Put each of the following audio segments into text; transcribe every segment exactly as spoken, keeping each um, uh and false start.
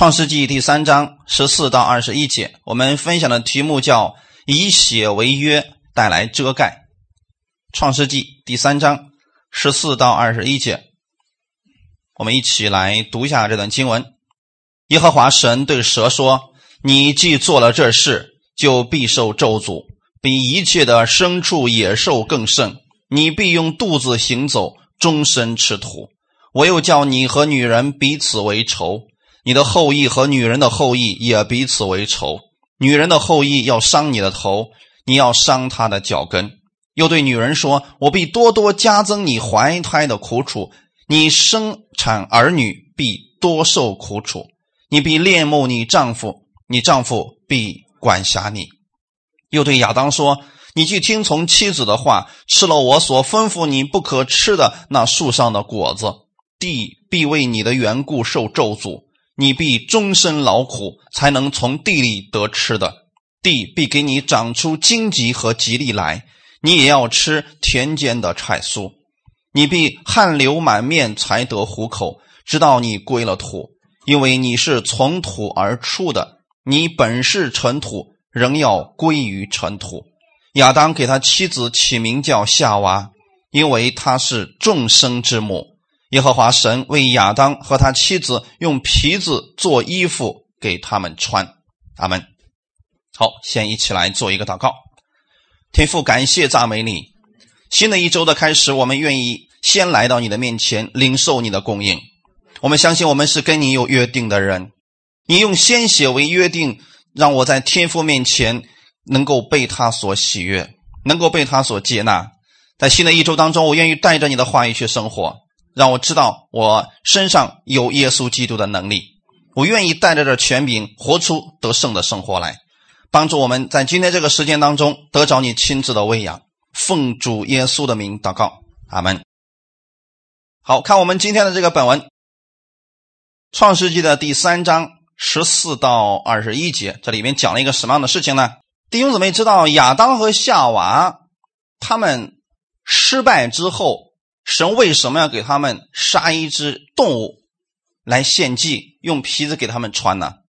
创世纪第三章十四到二十一节，我们分享的题目叫以血为约，带来遮盖。创世纪第三章十四到二十一节，我们一起来读一下这段经文。耶和华神对蛇说，你既做了这事，就必受咒诅，比一切的牲畜野兽更甚。你必用肚子行走，终身吃土。我又叫你和女人彼此为仇，你的后裔和女人的后裔也彼此为仇。女人的后裔要伤你的头，你要伤她的脚跟。又对女人说，我必多多加增你怀胎的苦楚，你生产儿女必多受苦楚。你必恋慕你丈夫，你丈夫必管辖你。又对亚当说，你去听从妻子的话，吃了我所吩咐你不可吃的那树上的果子，地必为你的缘故受咒诅，你必终身劳苦，才能从地里得吃的。地必给你长出荆棘和蒺藜来，你也要吃田间的菜蔬。你必汗流满面才得糊口，直到你归了土，因为你是从土而出的，你本是尘土，仍要归于尘土。亚当给他妻子起名叫夏娃，因为她是众生之母。耶和华神为亚当和他妻子用皮子做衣服给他们穿。阿们。好，先一起来做一个祷告。天父，感谢赞美你，新的一周的开始，我们愿意先来到你的面前，领受你的供应。我们相信我们是跟你有约定的人，你用鲜血为约定，让我在天父面前能够被他所喜悦，能够被他所接纳。在新的一周当中，我愿意带着你的话语去生活，让我知道我身上有耶稣基督的能力，我愿意带着这权柄活出得胜的生活来，帮助我们在今天这个时间当中得着你亲自的喂养。奉主耶稣的名祷告，阿们。好，看我们今天的这个本文，创世纪的第三章十四到二十一节，这里面讲了一个什么样的事情呢？弟兄姊妹知道亚当和夏娃他们失败之后，神为什么要给他们杀一只动物来献祭，用皮子给他们穿呢？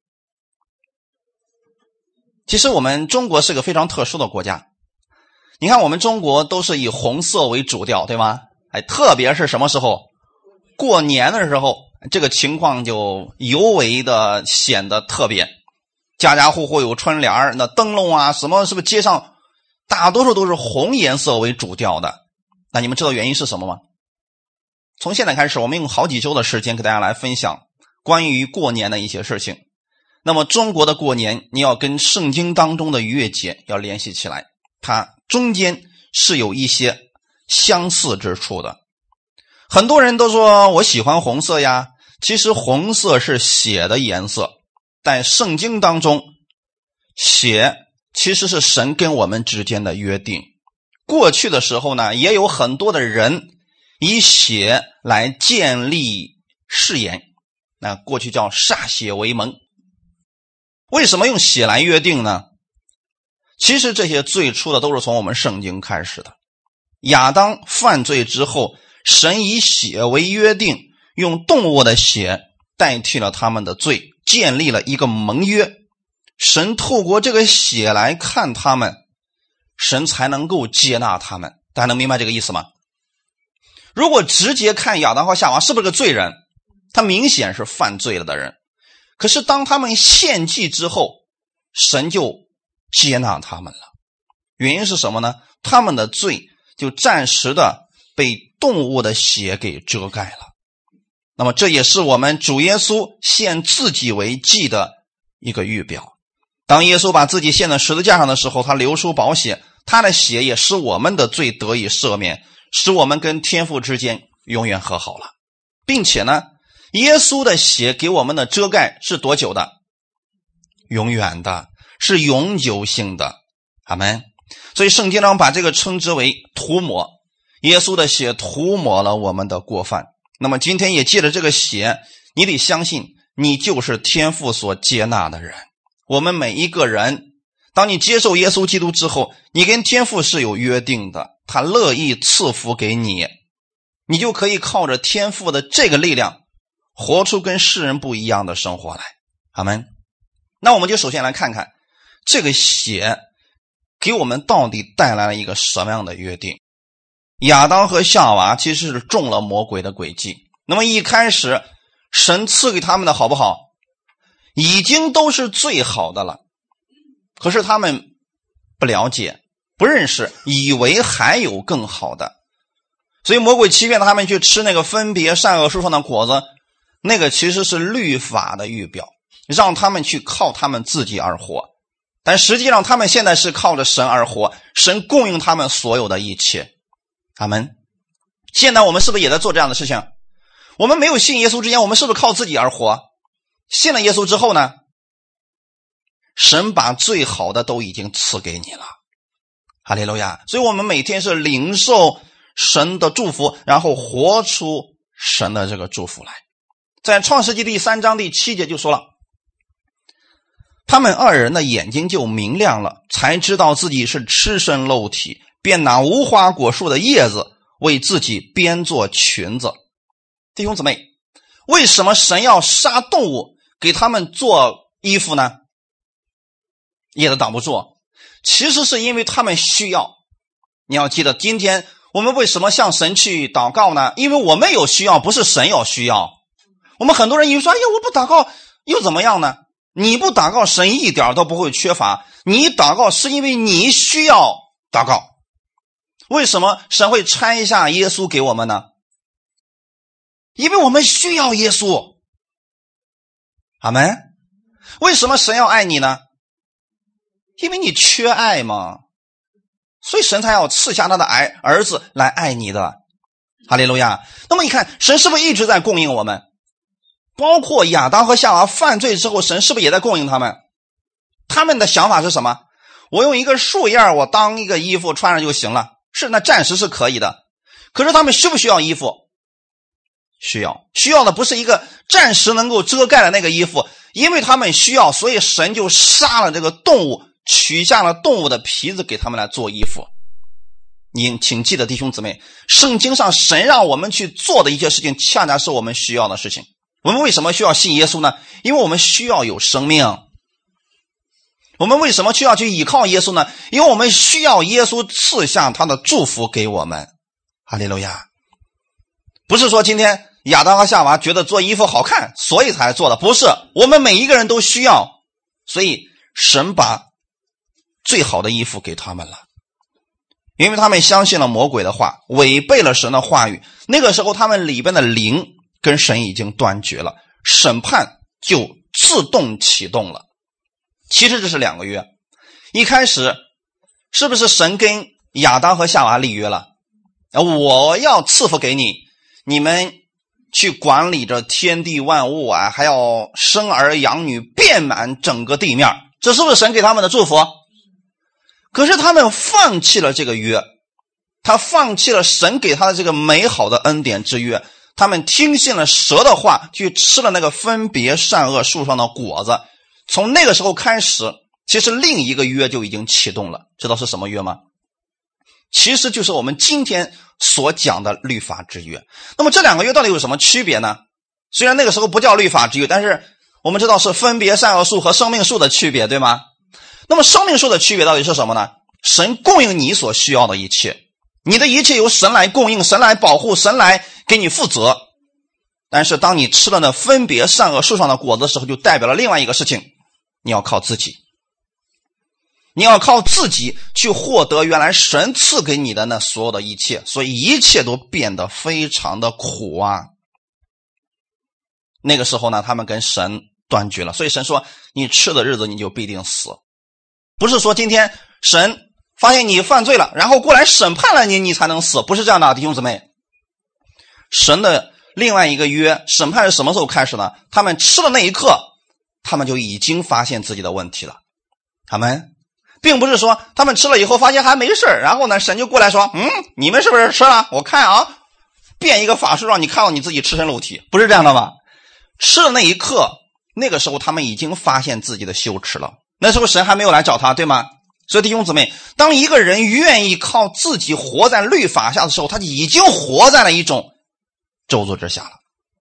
其实我们中国是个非常特殊的国家，你看我们中国都是以红色为主调，对吗？哎，特别是什么时候？过年的时候，这个情况就尤为的显得特别。家家户户有春联，那灯笼啊什么，是不是街上大多数都是红颜色为主调的？那你们知道原因是什么吗？从现在开始，我们用好几周的时间给大家来分享关于过年的一些事情。那么中国的过年，你要跟圣经当中的逾越节要联系起来，它中间是有一些相似之处的。很多人都说我喜欢红色呀，其实红色是血的颜色，在圣经当中，血其实是神跟我们之间的约定。过去的时候呢，也有很多的人以血来建立誓言，那过去叫歃血为盟。为什么用血来约定呢？其实这些最初的都是从我们圣经开始的。亚当犯罪之后，神以血为约定，用动物的血代替了他们的罪，建立了一个盟约。神透过这个血来看他们，神才能够接纳他们。大家能明白这个意思吗？如果直接看亚当和夏娃是不是个罪人，他明显是犯罪了的人。可是当他们献祭之后，神就接纳他们了。原因是什么呢？他们的罪就暂时的被动物的血给遮盖了。那么这也是我们主耶稣献自己为祭的一个预表。当耶稣把自己献在十字架上的时候，他流出宝血，他的血也使我们的罪得以赦免，使我们跟天父之间永远和好了。并且呢，耶稣的血给我们的遮盖是多久的？永远的，是永久性的。阿们。所以圣经上把这个称之为涂抹，耶稣的血涂抹了我们的过犯。那么今天也借着这个血，你得相信你就是天父所接纳的人。我们每一个人，当你接受耶稣基督之后，你跟天父是有约定的，他乐意赐福给你，你就可以靠着天父的这个力量活出跟世人不一样的生活来。阿们。那我们就首先来看看这个血给我们到底带来了一个什么样的约定。亚当和夏娃其实是中了魔鬼的诡计。那么一开始神赐给他们的好不好？已经都是最好的了，可是他们不了解不认识，以为还有更好的，所以魔鬼欺骗他们去吃那个分别善恶树上的果子，那个其实是律法的预表，让他们去靠他们自己而活。但实际上他们现在是靠着神而活，神供应他们所有的一切。阿们。现在我们是不是也在做这样的事情？我们没有信耶稣之前，我们是不是靠自己而活？信了耶稣之后呢，神把最好的都已经赐给你了。哈利路亚。所以我们每天是领受神的祝福，然后活出神的这个祝福来。在创世纪第三章第七节就说了，他们二人的眼睛就明亮了，才知道自己是赤身露体，便拿无花果树的叶子为自己编做裙子。弟兄姊妹，为什么神要杀动物给他们做衣服呢？叶子挡不住，其实是因为他们需要。你要记得，今天我们为什么向神去祷告呢？因为我们有需要，不是神有需要。我们很多人以为说，哎呀，我不祷告又怎么样呢？你不祷告，神一点都不会缺乏。你祷告是因为你需要祷告。为什么神会拆下耶稣给我们呢？因为我们需要耶稣。阿们。为什么神要爱你呢？因为你缺爱嘛，所以神才要赐下他的爱儿子来爱你的。哈利路亚。那么你看，神是不是一直在供应我们？包括亚当和夏娃犯罪之后，神是不是也在供应他们？他们的想法是什么？我用一个树叶我当一个衣服穿上就行了。是，那暂时是可以的。可是他们需不需要衣服？需要。需要的不是一个暂时能够遮盖的那个衣服，因为他们需要，所以神就杀了这个动物，取下了动物的皮子给他们来做衣服。你请记得弟兄姊妹，圣经上神让我们去做的一些事情，恰恰是我们需要的事情。我们为什么需要信耶稣呢？因为我们需要有生命。我们为什么需要去依靠耶稣呢？因为我们需要耶稣赐下他的祝福给我们。哈利路亚。不是说今天亚当和夏娃觉得做衣服好看所以才做的，不是，我们每一个人都需要，所以神把最好的衣服给他们了。因为他们相信了魔鬼的话，违背了神的话语，那个时候他们里边的灵跟神已经断绝了，审判就自动启动了。其实这是两个约，一开始是不是神跟亚当和夏娃立约了？我要赐福给你，你们去管理着天地万物啊，还要生儿养女，遍满整个地面，这是不是神给他们的祝福？可是他们放弃了这个约，他放弃了神给他的这个美好的恩典之约，他们听信了蛇的话，去吃了那个分别善恶树上的果子。从那个时候开始，其实另一个约就已经启动了。知道是什么约吗？其实就是我们今天所讲的律法之约。那么这两个约到底有什么区别呢？虽然那个时候不叫律法之约，但是我们知道是分别善恶树和生命树的区别，对吗？那么生命树的区别到底是什么呢？神供应你所需要的一切，你的一切由神来供应，神来保护，神来给你负责。但是当你吃了那分别善恶树上的果子的时候，就代表了另外一个事情，你要靠自己，你要靠自己去获得原来神赐给你的那所有的一切，所以一切都变得非常的苦啊。那个时候呢，他们跟神断绝了，所以神说你吃的日子你就必定死。不是说今天神发现你犯罪了，然后过来审判了你，你才能死，不是这样的，弟兄姊妹。神的另外一个约，审判是什么时候开始呢？他们吃的那一刻，他们就已经发现自己的问题了。他们并不是说他们吃了以后发现还没事，然后呢神就过来说，嗯，你们是不是吃了？我看啊，变一个法术让你看到你自己赤身露体，不是这样的吧？吃的那一刻，那个时候他们已经发现自己的羞耻了。那时候神还没有来找他，对吗？所以弟兄姊妹，当一个人愿意靠自己活在律法下的时候，他已经活在了一种咒诅之下了。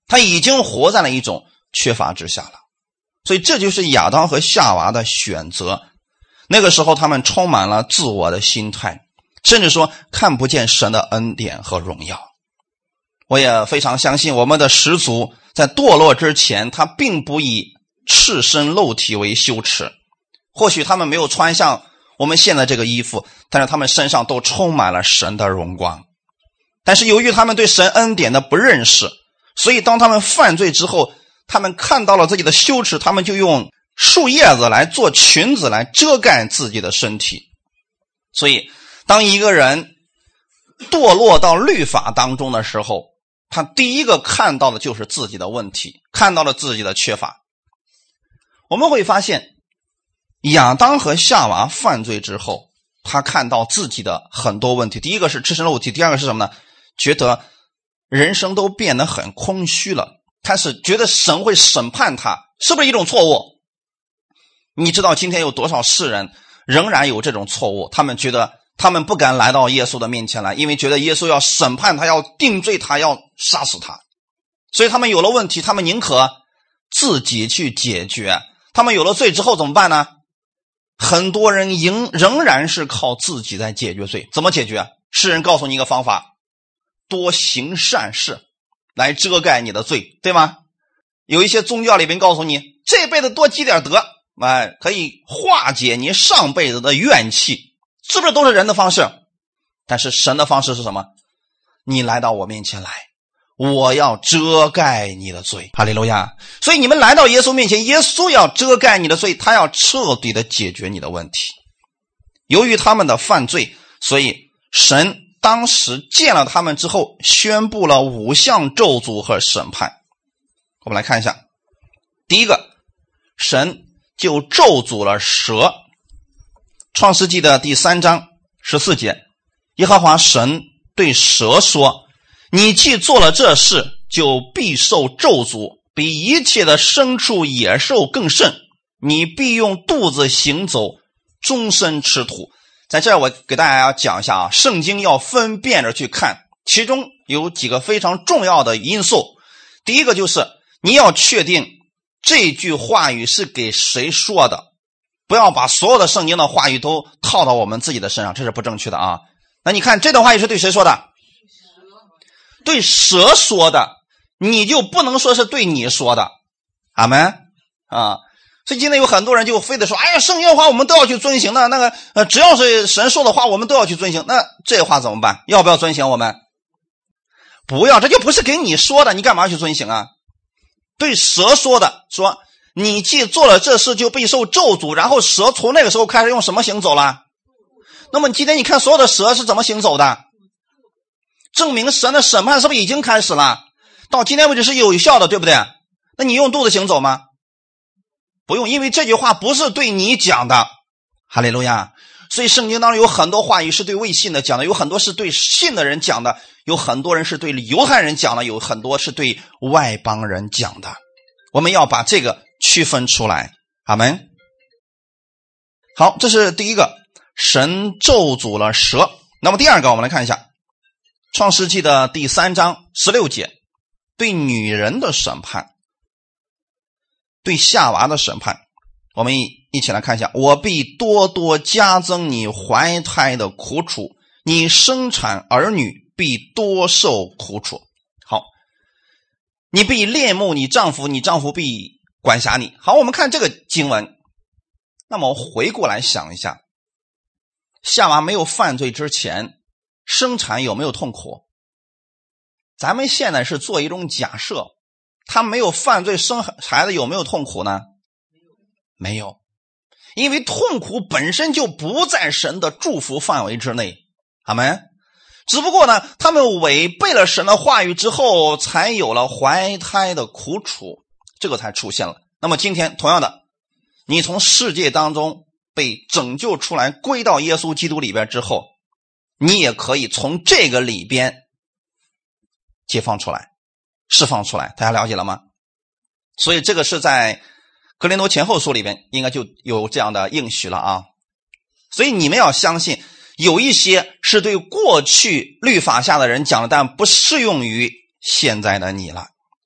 他已经活在了一种缺乏之下了。所以这就是亚当和夏娃的选择。那个时候他们充满了自我的心态，甚至说看不见神的恩典和荣耀。我也非常相信我们的始祖在堕落之前，他并不以赤身露体为羞耻。或许他们没有穿上我们现在这个衣服，但是他们身上都充满了神的荣光。但是由于他们对神恩典的不认识，所以当他们犯罪之后，他们看到了自己的羞耻，他们就用树叶子来做裙子来遮盖自己的身体。所以当一个人堕落到律法当中的时候，他第一个看到的就是自己的问题，看到了自己的缺乏。我们会发现亚当和夏娃犯罪之后，他看到自己的很多问题。第一个是赤身露体，第二个是什么呢？觉得人生都变得很空虚了，开始觉得神会审判他，是不是一种错误？你知道今天有多少世人仍然有这种错误，他们觉得他们不敢来到耶稣的面前来，因为觉得耶稣要审判他，要定罪他，要杀死他。所以他们有了问题，他们宁可自己去解决。他们有了罪之后怎么办呢？很多人仍仍然是靠自己在解决罪。怎么解决？世人告诉你一个方法，多行善事来遮盖你的罪，对吗？有一些宗教里面告诉你，这辈子多积点德，哎，可以化解你上辈子的怨气，是不是都是人的方式？但是神的方式是什么？你来到我面前来，我要遮盖你的罪。哈利路亚！所以你们来到耶稣面前，耶稣要遮盖你的罪，他要彻底的解决你的问题。由于他们的犯罪，所以神当时见了他们之后，宣布了五项咒诅和审判。我们来看一下，第一个，神就咒诅了蛇。创世纪的第三章十四节，耶和华神对蛇说，你既做了这事，就必受咒诅，比一切的牲畜野兽更甚，你必用肚子行走，终身吃土。在这儿我给大家要讲一下啊，圣经要分辨着去看，其中有几个非常重要的因素。第一个就是你要确定这句话语是给谁说的，不要把所有的圣经的话语都套到我们自己的身上，这是不正确的啊。那你看这段话语是对谁说的？对蛇说的，你就不能说是对你说的。阿们啊！所以今天有很多人就非得说，哎呀，圣经的话我们都要去遵行的，那个呃，只要是神说的话我们都要去遵行。那这话怎么办？要不要遵行？我们不要，这就不是给你说的，你干嘛去遵行啊？对蛇说的，说你既做了这事，就必受咒诅。然后蛇从那个时候开始用什么行走了？那么今天你看所有的蛇是怎么行走的？证明神的审判是不是已经开始了？到今天为止是有效的，对不对？那你用肚子行走吗？不用，因为这句话不是对你讲的。哈利路亚！所以圣经当中有很多话语是对未信的讲的，有很多是对信的人讲的，有很多人是对犹太人讲的，有很多是对外邦人讲的。我们要把这个区分出来。阿们。好，这是第一个，神咒诅了蛇。那么第二个，我们来看一下创世纪的第三章十六节，对女人的审判，对夏娃的审判。我们一起来看一下，我必多多加增你怀胎的苦楚，你生产儿女必多受苦楚。好，你必恋慕你丈夫，你丈夫必管辖你。好，我们看这个经文，那么我回过来想一下，夏娃没有犯罪之前生产有没有痛苦？咱们现在是做一种假设，他没有犯罪生孩子有没有痛苦呢？没有，因为痛苦本身就不在神的祝福范围之内。阿们。只不过呢，他们违背了神的话语之后，才有了怀胎的苦楚，这个才出现了。那么今天同样的，你从世界当中被拯救出来，归到耶稣基督里边之后，你也可以从这个里边解放出来，释放出来。大家了解了吗？所以这个是在哥林多前后书里边应该就有这样的应许了啊。所以你们要相信，有一些是对过去律法下的人讲的，但不适用于现在的你了。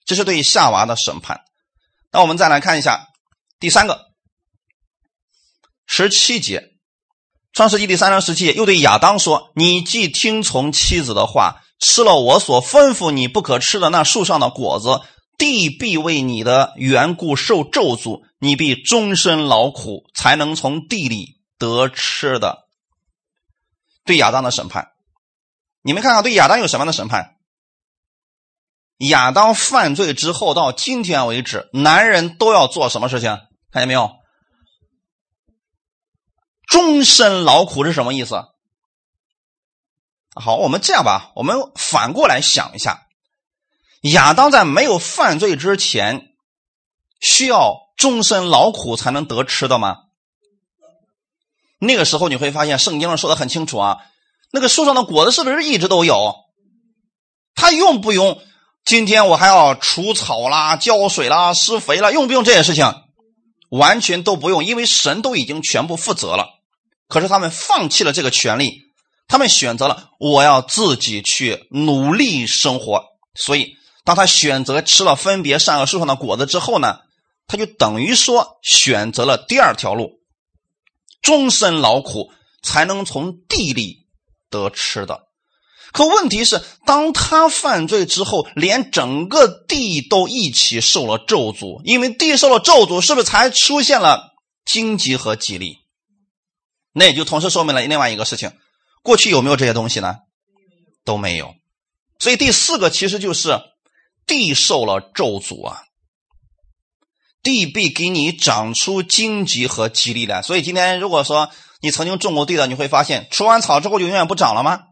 这是对夏娃的审判。那我们再来看一下第三个十七节，创世纪第三章十七节，又对亚当说，你既听从妻子的话，吃了我所吩咐你不可吃的那树上的果子，地必为你的缘故受咒诅，你必终身劳苦，才能从地里得吃的。对亚当的审判，你们看看对亚当有什么样的审判？亚当犯罪之后到今天为止，男人都要做什么事情？看见没有？终身劳苦是什么意思？好，我们这样吧，我们反过来想一下，亚当在没有犯罪之前需要终身劳苦才能得吃的吗？那个时候你会发现圣经上说的很清楚啊，那个树上的果子是不是一直都有？他用不用今天我还要除草啦、浇水啦、施肥啦，用不用这些事情？完全都不用，因为神都已经全部负责了。可是他们放弃了这个权利，他们选择了我要自己去努力生活。所以当他选择吃了分别善恶树上的果子之后呢，他就等于说选择了第二条路，终身劳苦才能从地里得吃的。可问题是，当他犯罪之后，连整个地都一起受了咒诅，因为地受了咒诅，是不是才出现了荆棘和棘藜？那也就同时说明了另外一个事情，过去有没有这些东西呢？都没有。所以第四个其实就是地受了咒诅啊，地必给你长出荆棘和棘藜来。所以今天如果说你曾经种过地的，你会发现除完草之后就永远不长了吗？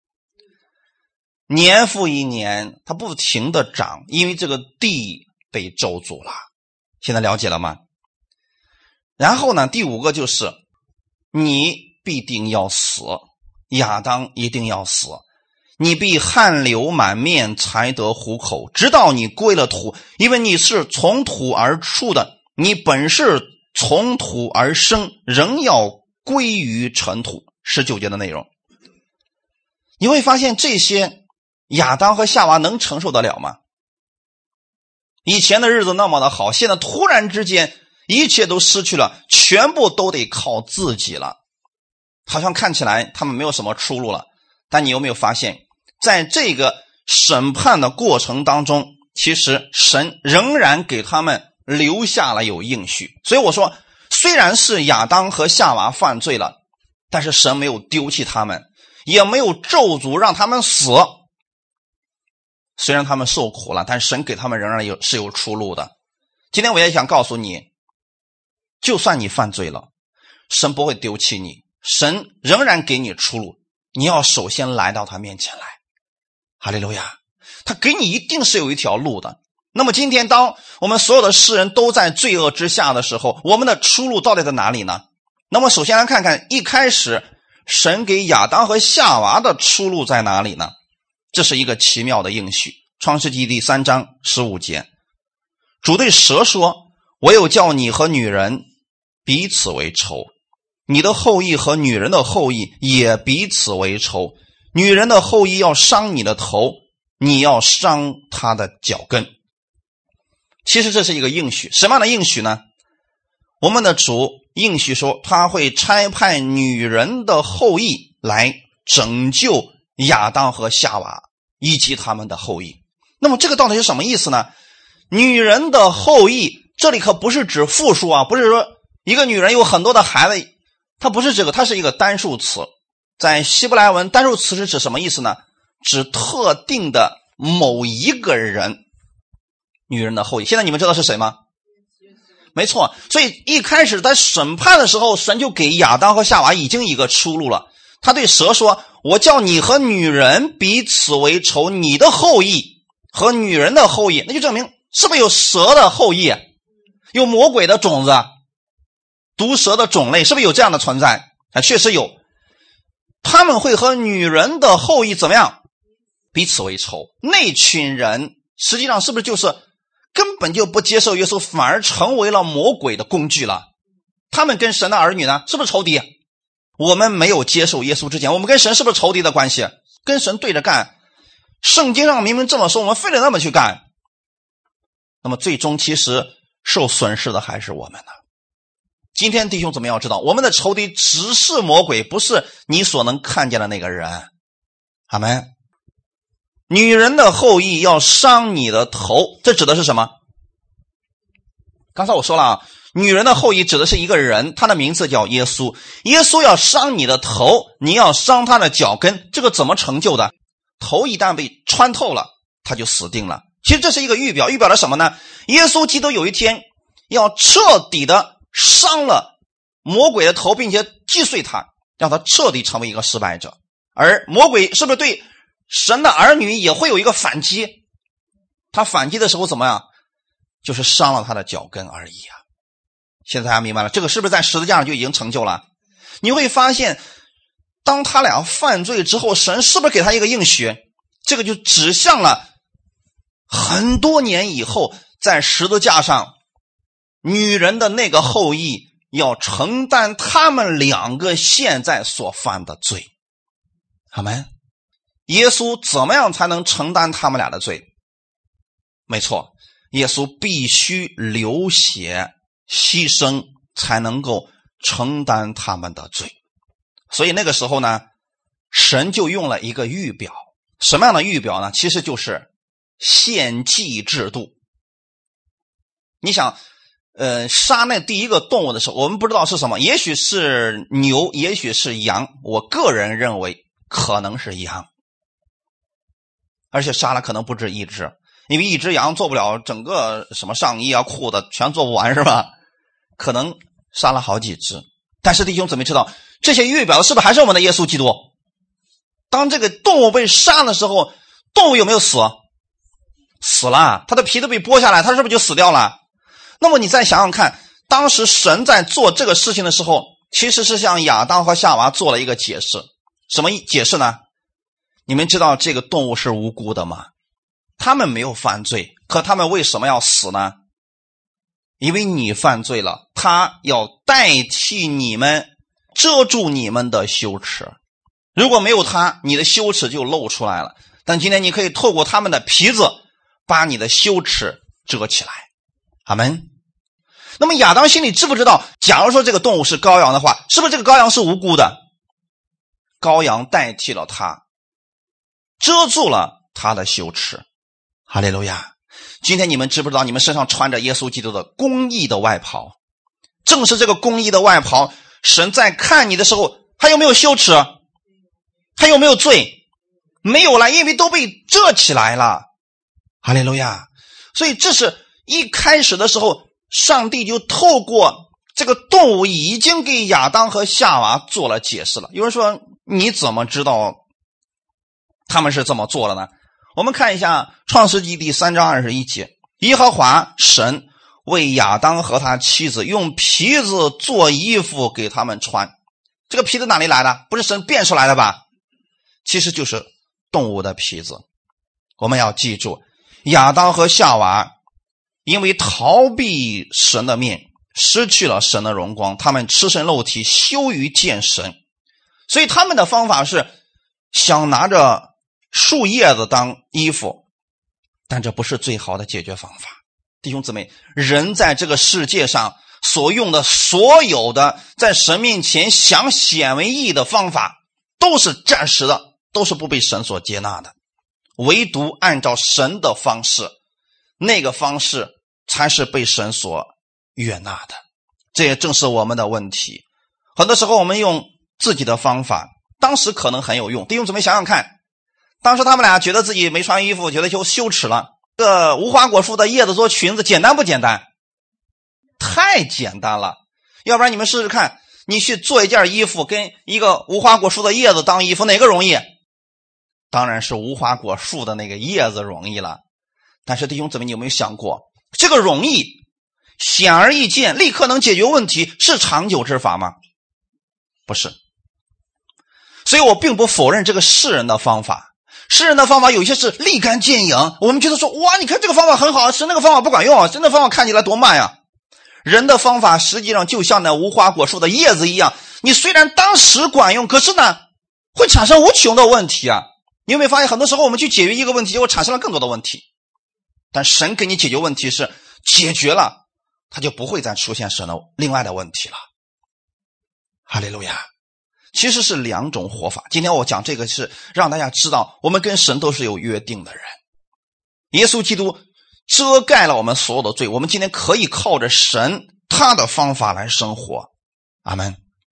年复一年它不停的长，因为这个地被咒诅了。现在了解了吗？然后呢，第五个就是你必定要死，亚当一定要死，你必汗流满面才得糊口，直到你归了土，因为你是从土而出的，你本是从土而生，仍要归于尘土。十九节的内容，你会发现这些亚当和夏娃能承受得了吗？以前的日子那么的好，现在突然之间一切都失去了，全部都得靠自己了，好像看起来他们没有什么出路了。但你有没有发现，在这个审判的过程当中，其实神仍然给他们留下了有应许。所以我说，虽然是亚当和夏娃犯罪了，但是神没有丢弃他们，也没有咒诅让他们死。虽然他们受苦了，但神给他们仍然有是有出路的。今天我也想告诉你，就算你犯罪了，神不会丢弃你，神仍然给你出路。你要首先来到他面前来，哈利路亚，他给你一定是有一条路的。那么今天当我们所有的世人都在罪恶之下的时候，我们的出路到底在哪里呢？那么首先来看看一开始神给亚当和夏娃的出路在哪里呢？这是一个奇妙的应许。创世纪第三章十五节，主对蛇说，我有叫你和女人彼此为仇，你的后裔和女人的后裔也彼此为仇，女人的后裔要伤你的头，你要伤她的脚跟。其实这是一个应许，什么样的应许呢？我们的主应许说，他会差派女人的后裔来拯救亚当和夏娃以及他们的后裔。那么这个到底是什么意思呢？女人的后裔，这里可不是指复数啊，不是说一个女人有很多的孩子，它不是这个，它是一个单数词。在希伯来文，单数词是指什么意思呢？指特定的某一个人，女人的后裔。现在你们知道是谁吗？没错，所以一开始在审判的时候，神就给亚当和夏娃已经一个出路了。他对蛇说，我叫你和女人彼此为仇，你的后裔和女人的后裔，那就证明是不是有蛇的后裔，有魔鬼的种子，毒蛇的种类，是不是有这样的存在？啊，确实有。他们会和女人的后裔怎么样？彼此为仇。那群人实际上是不是就是根本就不接受耶稣，反而成为了魔鬼的工具了？他们跟神的儿女呢，是不是仇敌？我们没有接受耶稣之前，我们跟神是不是仇敌的关系？跟神对着干。圣经上明明这么说，我们非得那么去干。 那么最终其实受损失的还是我们呢。今天弟兄姊妹要知道，我们的仇敌只是魔鬼，不是你所能看见的那个人。阿们。女人的后裔要伤你的头，这指的是什么？刚才我说了啊，女人的后裔指的是一个人，他的名字叫耶稣。耶稣要伤你的头，你要伤他的脚跟，这个怎么成就的？头一旦被穿透了，他就死定了。其实这是一个预表，预表了什么呢？耶稣基督有一天要彻底的伤了魔鬼的头，并且击碎他，让他彻底成为一个失败者。而魔鬼是不是对神的儿女也会有一个反击？他反击的时候怎么样？就是伤了他的脚跟而已啊。现在大家明白了，这个是不是在十字架上就已经成就了？你会发现当他俩犯罪之后，神是不是给他一个应许？这个就指向了很多年以后在十字架上女人的那个后裔要承担他们两个现在所犯的罪。阿们。耶稣怎么样才能承担他们俩的罪？没错，耶稣必须流血牺牲才能够承担他们的罪。所以那个时候呢，神就用了一个预表。什么样的预表呢？其实就是献祭制度。你想呃，杀那第一个动物的时候，我们不知道是什么，也许是牛，也许是羊，我个人认为可能是羊，而且杀了可能不止一只，因为一只羊做不了整个什么上衣啊裤子全做不完是吧？可能杀了好几只。但是弟兄姊妹知道，这些预表的是不是还是我们的耶稣基督？当这个动物被杀的时候，动物有没有死？死了，它的皮都被剥下来，它是不是就死掉了？那么你再想想看，当时神在做这个事情的时候，其实是向亚当和夏娃做了一个解释。什么解释呢？你们知道这个动物是无辜的吗？他们没有犯罪，可他们为什么要死呢？因为你犯罪了，他要代替你们，遮住你们的羞耻。如果没有他，你的羞耻就露出来了。但今天你可以透过他们的皮子把你的羞耻遮起来。阿们。那么亚当心里知不知道，假如说这个动物是羔羊的话，是不是这个羔羊是无辜的？羔羊代替了他，遮住了他的羞耻。哈利路亚。今天你们知不知道，你们身上穿着耶稣基督的公义的外袍？正是这个公义的外袍，神在看你的时候还有没有羞耻？还有没有罪？没有了，因为都被遮起来了。哈利路亚。所以这是一开始的时候，上帝就透过这个动物已经给亚当和夏娃做了解释了。有人说，你怎么知道他们是这么做的呢？我们看一下创世纪第三章二十一节，耶和华神为亚当和他妻子用皮子做衣服给他们穿。这个皮子哪里来的？不是神变出来的吧？其实就是动物的皮子。我们要记住，亚当和夏娃因为逃避神的面，失去了神的荣光，他们赤身露体，羞于见神。所以他们的方法是想拿着树叶子当衣服，但这不是最好的解决方法。弟兄姊妹，人在这个世界上所用的所有的在神面前想显为义的方法，都是暂时的，都是不被神所接纳的。唯独按照神的方式，那个方式才是被神所悦纳的。这也正是我们的问题。很多时候我们用自己的方法，当时可能很有用。弟兄姊妹想想看，当时他们俩觉得自己没穿衣服，觉得就羞耻了。这个无花果树的叶子做裙子简单不简单？太简单了。要不然你们试试看，你去做一件衣服跟一个无花果树的叶子当衣服，哪个容易？当然是无花果树的那个叶子容易了。但是弟兄姊妹，你有没有想过，这个容易显而易见，立刻能解决问题，是长久之法吗？不是。所以我并不否认这个世人的方法，世人的方法有些是立竿见影，我们觉得说，哇，你看这个方法很好，是那个方法不管用啊，真的方法看起来多慢呀。人的方法实际上就像那无花果树的叶子一样，你虽然当时管用，可是呢会产生无穷的问题啊。你有没有发现，很多时候我们去解决一个问题，结果产生了更多的问题？ 但神给你解决问题是解决了，他就不会再出现神的另外的问题了。哈利路亚！其实是两种活法。今天我讲这个是让大家知道，我们跟神都是有约定的人。耶稣基督遮盖了我们所有的罪，我们今天可以靠着神他的方法来生活。阿们。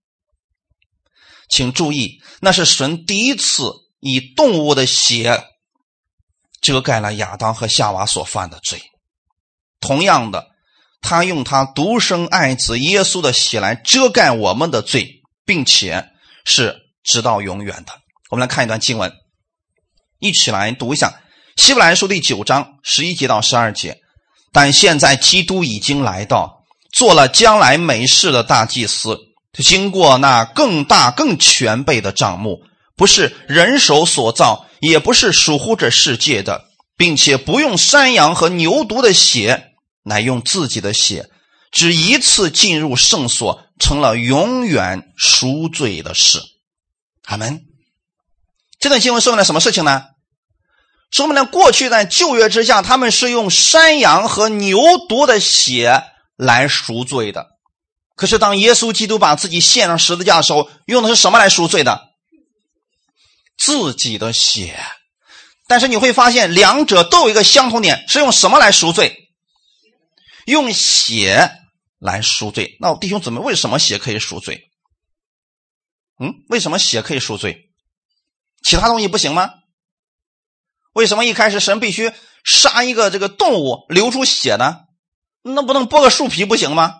请注意，那是神第一次以动物的血遮盖了亚当和夏娃所犯的罪。同样的，他用他独生爱子耶稣的血来遮盖我们的罪，并且是直到永远的。我们来看一段经文，一起来读一下希伯来书第九章十一节到十二节。但现在基督已经来到，做了将来美事的大祭司，经过那更大更全备的帐幕，不是人手所造，也不是属乎这世界的，并且不用山羊和牛犊的血，乃用自己的血，只一次进入圣所，成了永远赎罪的事。阿们。这段经文说明了什么事情呢？说明了过去在旧约之下，他们是用山羊和牛犊的血来赎罪的。可是当耶稣基督把自己献上十字架的时候，用的是什么来赎罪的？自己的血。但是你会发现两者都有一个相同点，是用什么来赎罪？用血来赎罪。那弟兄姊妹，为什么血可以赎罪？嗯，为什么血可以赎罪？其他东西不行吗？为什么一开始神必须杀一个这个动物流出血呢？那不能剥个树皮不行吗？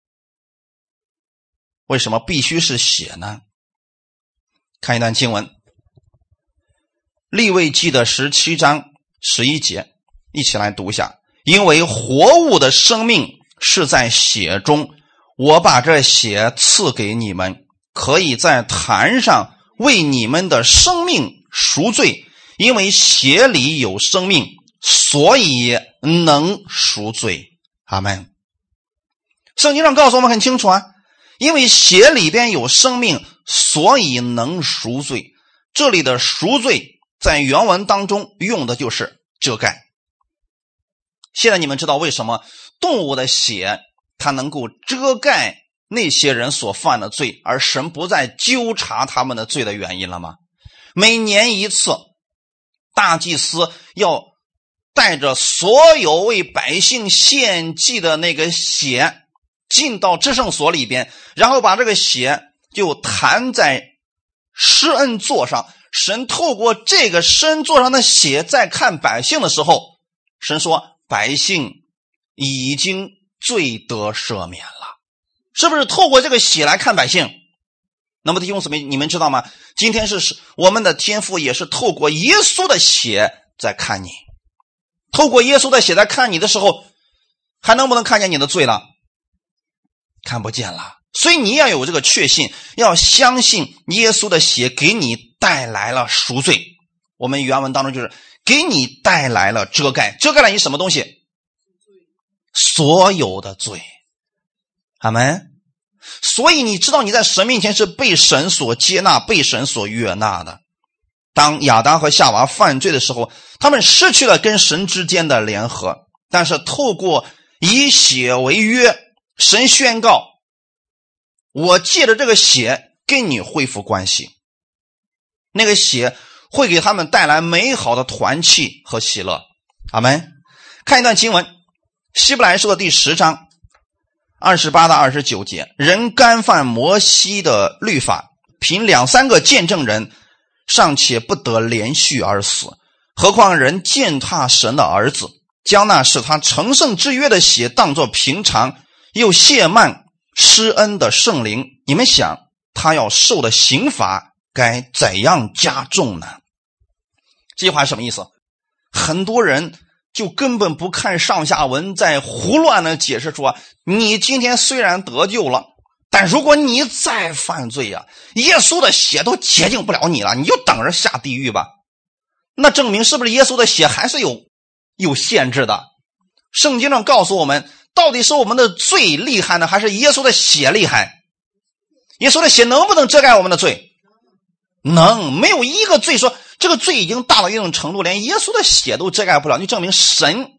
为什么必须是血呢？看一段经文，利未记的十七章十一节，一起来读一下。因为活物的生命是在血中，我把这血赐给你们，可以在坛上为你们的生命赎罪，因为血里有生命，所以能赎罪。阿们。圣经上告诉我们很清楚啊，因为血里边有生命，所以能赎罪。这里的赎罪在原文当中用的就是遮盖。现在你们知道为什么动物的血它能够遮盖那些人所犯的罪，而神不再纠察他们的罪的原因了吗？每年一次，大祭司要带着所有为百姓献祭的那个血进到至圣所里边，然后把这个血就弹在施恩座上。神透过这个施恩座上的血再看百姓的时候，神说百姓已经罪得赦免了。是不是透过这个血来看百姓？那么弟兄姊妹，你们知道吗？今天是我们的天父也是透过耶稣的血在看你。透过耶稣的血在看你的时候，还能不能看见你的罪了？看不见了。所以你要有这个确信，要相信耶稣的血给你带来了赎罪。我们原文当中就是给你带来了遮盖。遮盖了你什么东西？所有的罪。阿们。所以你知道你在神面前是被神所接纳，被神所悦纳的。当亚当和夏娃犯罪的时候，他们失去了跟神之间的联合，但是透过以血为约，神宣告我借着这个血跟你恢复关系。那个血会给他们带来美好的团契和喜乐。阿们。看一段经文，希伯来书的第十章二十八到二十九节。人干犯摩西的律法，凭两三个见证人尚且不得连续而死，何况人践踏神的儿子，将那使他成圣之约的血当作平常，又亵慢施恩的圣灵，你们想他要受的刑罚该怎样加重呢？这句话是什么意思？很多人就根本不看上下文，在胡乱的解释说，你今天虽然得救了，但如果你再犯罪啊，耶稣的血都洁净不了你了，你就等着下地狱吧。那证明是不是耶稣的血还是有有限制的？圣经上告诉我们，到底是我们的罪厉害呢，还是耶稣的血厉害？耶稣的血能不能遮盖我们的罪？能。没有一个罪说这个罪已经大到一定程度，连耶稣的血都遮盖不了，就证明神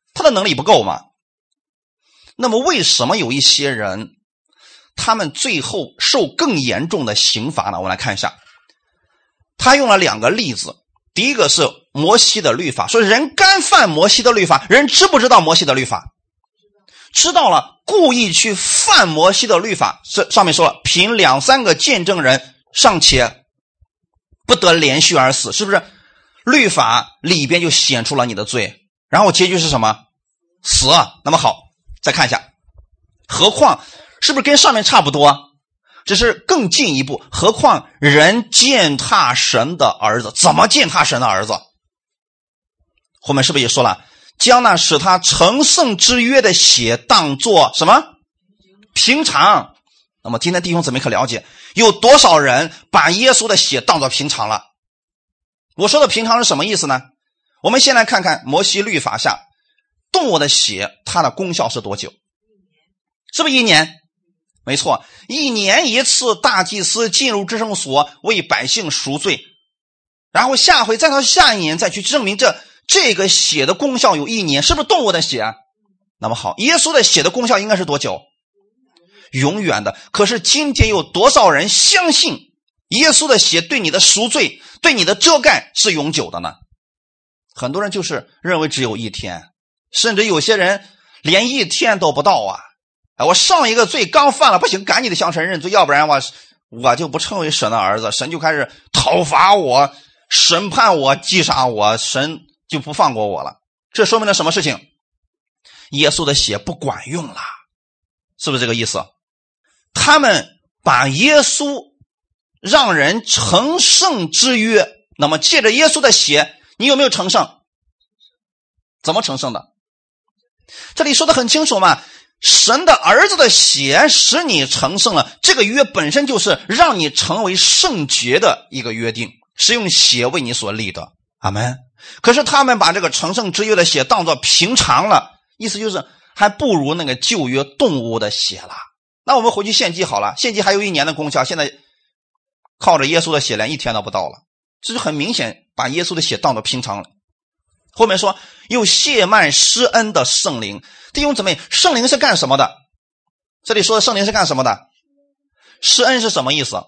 他的能力不够吗？那么为什么有一些人他们最后受更严重的刑罚呢？我们来看一下，他用了两个例子。第一个是摩西的律法，说人干犯摩西的律法，人知不知道摩西的律法？知道了，故意去犯摩西的律法，这上面说了，凭两三个见证人尚且不得连续而死，是不是？律法里边就显出了你的罪，然后结局是什么？死。那么好，再看一下，何况是不是跟上面差不多？只是更进一步，何况人践踏神的儿子，怎么践踏神的儿子？后面是不是也说了，将那使他成圣之约的血当作什么？平常。那么今天弟兄姊妹可了解，有多少人把耶稣的血当作平常了？我说的平常是什么意思呢？我们先来看看摩西律法下动物的血它的功效是多久？是不是一年？没错，一年一次大祭司进入至圣所为百姓赎罪，然后下回再到下一年再去证明这这个血的功效有一年，是不是动物的血？那么好，耶稣的血的功效应该是多久？永远的。可是今天有多少人相信耶稣的血对你的赎罪，对你的遮盖是永久的呢？很多人就是认为只有一天，甚至有些人连一天都不到啊！我上一个罪刚犯了，不行，赶紧的向神认罪，要不然我我就不称为神的儿子，神就开始讨伐我，审判我，击杀我，神就不放过我了。这说明了什么事情？耶稣的血不管用了，是不是这个意思？他们把耶稣让人成圣之约，那么借着耶稣的血，你有没有成圣？怎么成圣的？这里说的很清楚嘛，神的儿子的血使你成圣了，这个约本身就是让你成为圣洁的一个约定，是用血为你所立的。阿们。可是他们把这个成圣之约的血当作平常了，意思就是还不如那个旧约动物的血了。那我们回去献祭好了，献祭还有一年的功效，现在靠着耶稣的血连一天都不到了，这就很明显把耶稣的血当作平常了。后面说又谢曼施恩的圣灵，弟兄姊妹，圣灵是干什么的？这里说的圣灵是干什么的？施恩是什么意思？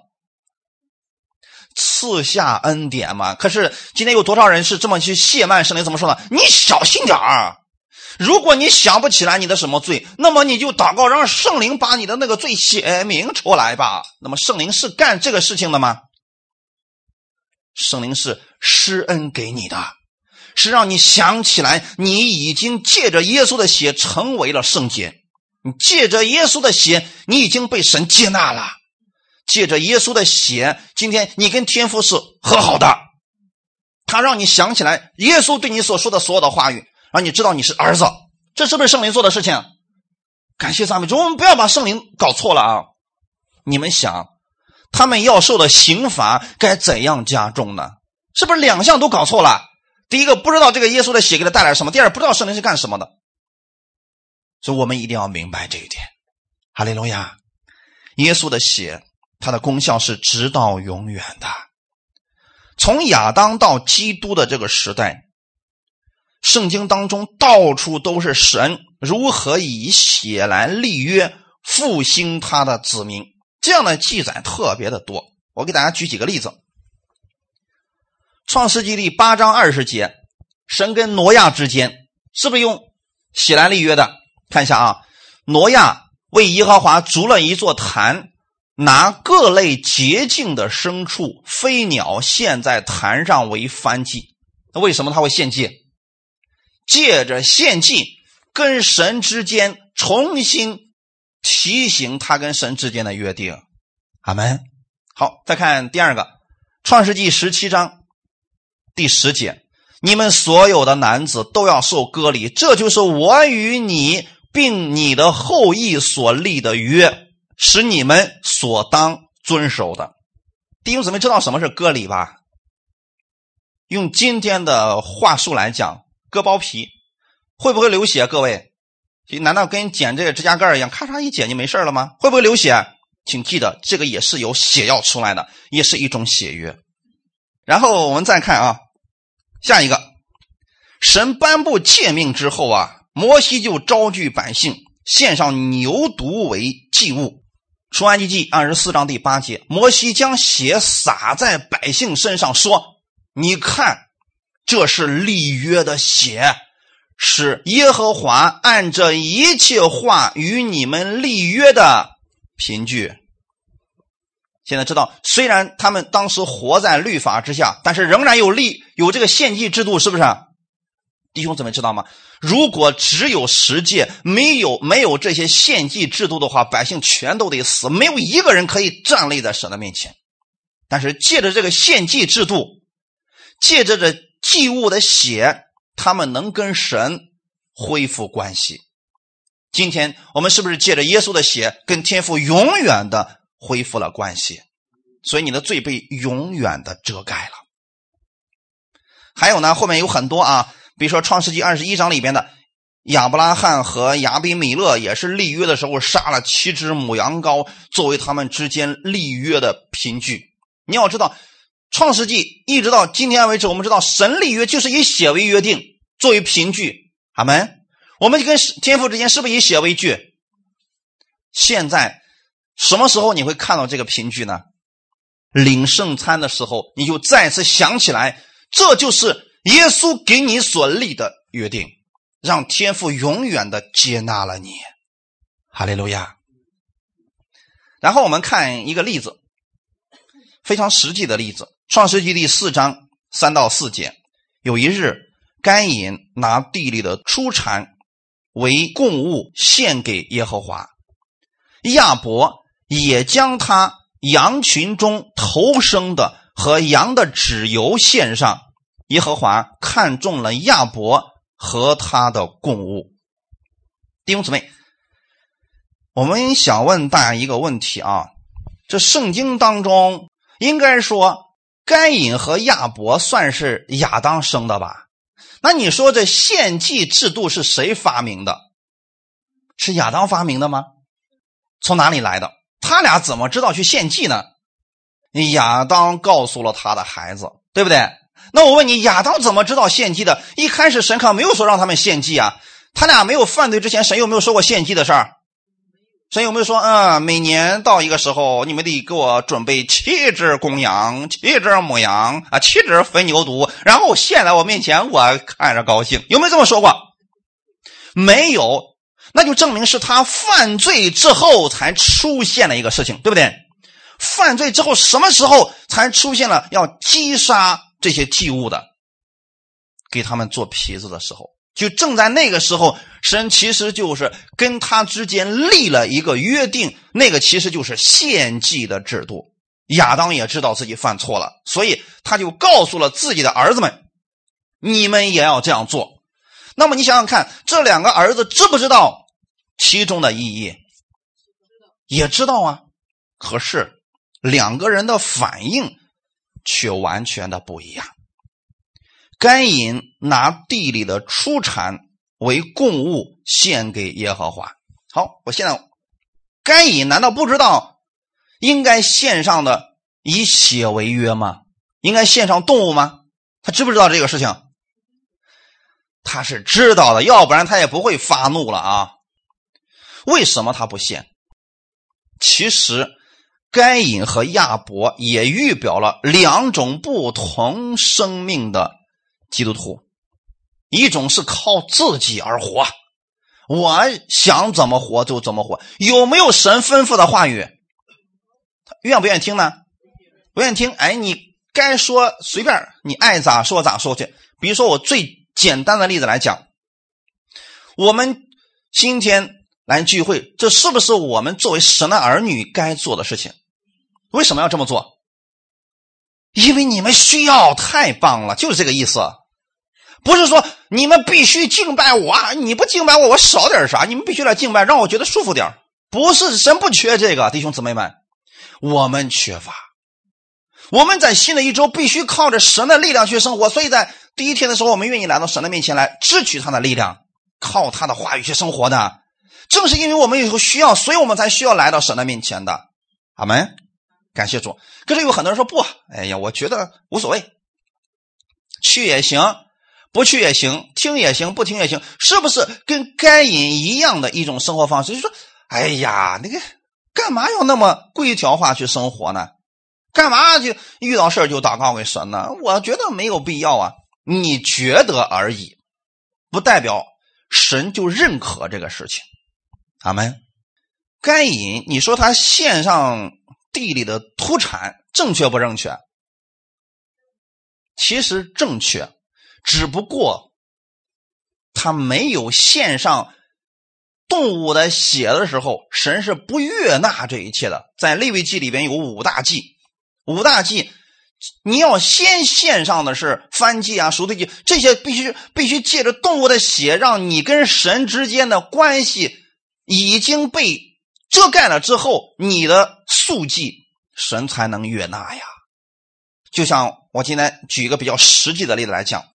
赐下恩典嘛。可是今天有多少人是这么去谢曼圣灵？怎么说呢？你小心点儿，如果你想不起来你的什么罪，那么你就祷告让圣灵把你的那个罪写明出来吧。那么圣灵是干这个事情的吗？圣灵是施恩给你的，是让你想起来你已经借着耶稣的血成为了圣洁，你借着耶稣的血你已经被神接纳了，借着耶稣的血今天你跟天父是和好的，他让你想起来耶稣对你所说的所有的话语，让你知道你是儿子，这是不是圣灵做的事情？感谢赞美主。我们不要把圣灵搞错了啊！你们想他们要受的刑罚该怎样加重呢？是不是两项都搞错了？第一个不知道这个耶稣的血给他带来什么，第二不知道圣灵是干什么的。所以我们一定要明白这一点。哈利路亚！耶稣的血它的功效是直到永远的。从亚当到基督的这个时代，圣经当中到处都是神如何以血来立约复兴他的子民，这样的记载特别的多。我给大家举几个例子。创世纪第八章二十节，神跟挪亚之间是不是用血来立约的？看一下啊，挪亚为耶和华筑了一座坛，拿各类洁净的牲畜飞鸟献在坛上为燔祭。那为什么他会献祭？借着献祭跟神之间重新提醒他跟神之间的约定。阿们。好，再看第二个，创世纪十七章第十节，你们所有的男子都要受割礼，这就是我与你并你的后裔所立的约，使你们所当遵守的。弟兄姊妹知道什么是割礼吧？用今天的话术来讲，割包皮会不会流血？各位，难道跟剪这个指甲盖一样，咔嚓一剪就没事了吗？会不会流血？请记得，这个也是由血要出来的，也是一种血约。然后我们再看啊，下一个，神颁布诫命之后啊， 摩西就招聚百姓，献上牛犊为祭物。出埃及记二十四章第八节，摩西将血洒在百姓身上，说：你看，这是立约的血，是耶和华按着一切话与你们立约的凭据。现在知道，虽然他们当时活在律法之下，但是仍然有立有这个献祭制度，是不是？弟兄姊妹知道吗？如果只有十诫，没有没有这些献祭制度的话，百姓全都得死，没有一个人可以站立在神的面前。但是借着这个献祭制度，借着这祭物的血，他们能跟神恢复关系。今天我们是不是借着耶稣的血跟天父永远的恢复了关系？所以你的罪被永远的遮盖了。还有呢，后面有很多啊，比如说创世纪二十一章里边的亚伯拉罕和亚比米勒也是立约的时候杀了七只母羊羔，作为他们之间立约的凭据。你要知道，创世纪一直到今天为止，我们知道神立约就是以血为约定，作为凭据。阿们。我们跟天父之间是不是以血为据？现在什么时候你会看到这个凭据呢？领圣餐的时候，你就再次想起来，这就是耶稣给你所立的约定，让天父永远的接纳了你。哈利路亚。然后我们看一个例子，非常实际的例子，创世纪第四章三到四节。有一日，该隐拿地里的出产为供物献给耶和华，亚伯也将他羊群中头生的和羊的脂油献上。耶和华看中了亚伯和他的供物。弟兄姊妹，我们想问大家一个问题啊，这圣经当中应该说该隐和亚伯算是亚当生的吧？那你说这献祭制度是谁发明的？是亚当发明的吗？从哪里来的？他俩怎么知道去献祭呢？亚当告诉了他的孩子，对不对？那我问你，亚当怎么知道献祭的？一开始神可没有说让他们献祭啊，他俩没有犯罪之前，神有没有说过献祭的事儿？神有没有说，嗯，每年到一个时候，你们得给我准备七只公羊，七只母羊啊，七只肥牛犊，然后献在我面前，我看着高兴。有没有这么说过？没有，那就证明是他犯罪之后才出现了一个事情，对不对？犯罪之后什么时候才出现了要击杀这些祭物的？给他们做皮子的时候，就正在那个时候，神其实就是跟他之间立了一个约定，那个其实就是献祭的制度。亚当也知道自己犯错了，所以他就告诉了自己的儿子们，你们也要这样做。那么你想想看，这两个儿子知不知道其中的意义？也知道啊，可是两个人的反应却完全的不一样。该隐拿地里的出产为供物献给耶和华。好，我现在该隐难道不知道应该献上的以血为约吗？应该献上动物吗？他知不知道这个事情？他是知道的，要不然他也不会发怒了啊。为什么他不献？其实该隐和亚伯也预表了两种不同生命的基督徒。一种是靠自己而活，我想怎么活就怎么活，有没有神吩咐的话语？愿不愿意听呢？不愿意听，哎，你该说随便，你爱咋说咋说去。比如说我最简单的例子来讲，我们今天来聚会，这是不是我们作为神的儿女该做的事情？为什么要这么做？因为你们需要，太棒了，就是这个意思。不是说你们必须敬拜我，你不敬拜我，我少点啥？你们必须来敬拜，让我觉得舒服点。不是，神不缺这个，弟兄姊妹们，我们缺乏。我们在新的一周必须靠着神的力量去生活，所以在第一天的时候，我们愿意来到神的面前来支取他的力量，靠他的话语去生活的。正是因为我们有需要，所以我们才需要来到神的面前的。阿们，感谢主。可是有很多人说不，哎呀，我觉得无所谓，去也行， 不去也行，听也行，不听也行，是不是跟该隐一样的一种生活方式？就说哎呀，那个干嘛要那么规条化去生活呢？干嘛就遇到事儿就祷告给神呢？我觉得没有必要啊，你觉得而已，不代表神就认可这个事情。阿们。该隐，你说他献上地里的土产正确不正确？其实正确，只不过他没有献上动物的血的时候，神是不悦纳这一切的。在利未记里边有五大祭，五大祭你要先献上的是燔祭啊、赎罪祭，这些必须必须借着动物的血，让你跟神之间的关系已经被遮盖了之后，你的素祭神才能悦纳呀。就像我今天举一个比较实际的例子来讲，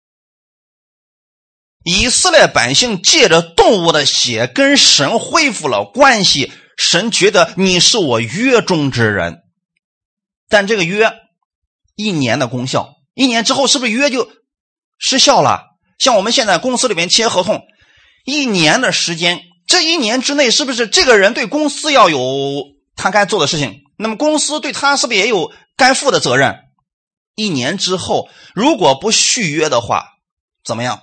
以色列百姓借着动物的血跟神恢复了关系，神觉得你是我约中之人。但这个约一年的功效，一年之后是不是约就失效了？像我们现在公司里面签合同，一年的时间，这一年之内是不是这个人对公司要有他该做的事情，那么公司对他是不是也有该负的责任？一年之后如果不续约的话，怎么样？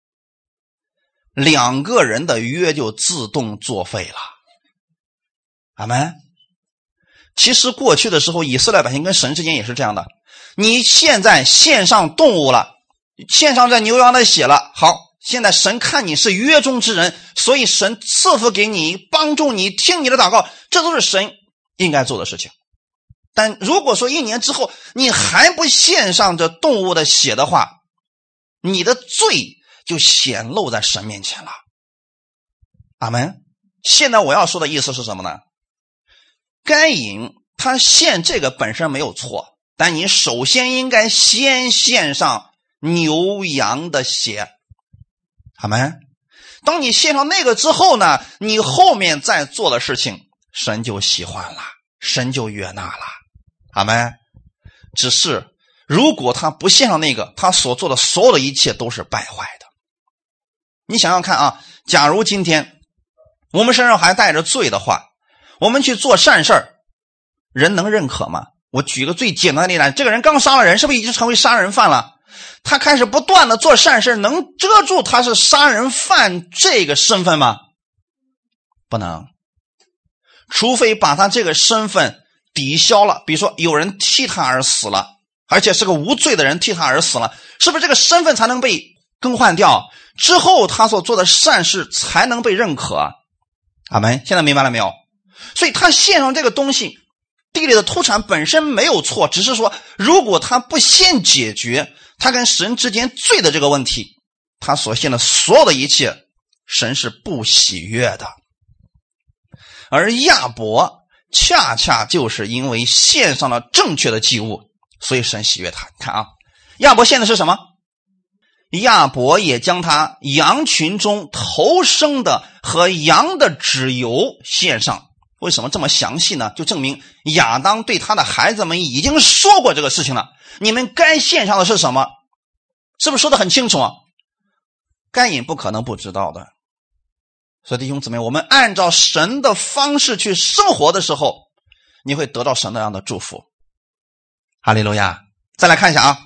两个人的约就自动作废了。阿们。其实过去的时候，以色列百姓跟神之间也是这样的，你现在献上动物了，献上这牛羊的血了，好，现在神看你是约中之人，所以神赐福给你，帮助你，听你的祷告，这都是神应该做的事情。但如果说一年之后你还不献上这动物的血的话，你的罪就显露在神面前了。阿们。现在我要说的意思是什么呢？该隐他献这个本身没有错，但你首先应该先献上牛羊的血。阿们。当你献上那个之后呢，你后面再做的事情神就喜欢了，神就悦纳了。阿们。只是如果他不献上那个，他所做的所有的一切都是败坏的。你想想看啊，假如今天我们身上还带着罪的话，我们去做善事儿，人能认可吗？我举个最简单的例子，这个人刚杀了人，是不是已经成为杀人犯了？他开始不断的做善事，能遮住他是杀人犯这个身份吗？不能。除非把他这个身份抵消了，比如说有人替他而死了，而且是个无罪的人替他而死了，是不是这个身份才能被更换掉？之后他所做的善事才能被认可。阿们。现在明白了没有？所以他献上这个东西，地里的土产本身没有错，只是说如果他不先解决他跟神之间罪的这个问题，他所献的所有的一切神是不喜悦的。而亚伯恰恰就是因为献上了正确的祭物，所以神喜悦他。看啊，亚伯献的是什么？亚伯也将他羊群中头生的和羊的脂油献上。为什么这么详细呢？就证明亚当对他的孩子们已经说过这个事情了，你们该献上的是什么，是不是说得很清楚啊？该隐不可能不知道的。所以弟兄姊妹，我们按照神的方式去生活的时候，你会得到神那样的祝福。哈利路亚。再来看一下啊，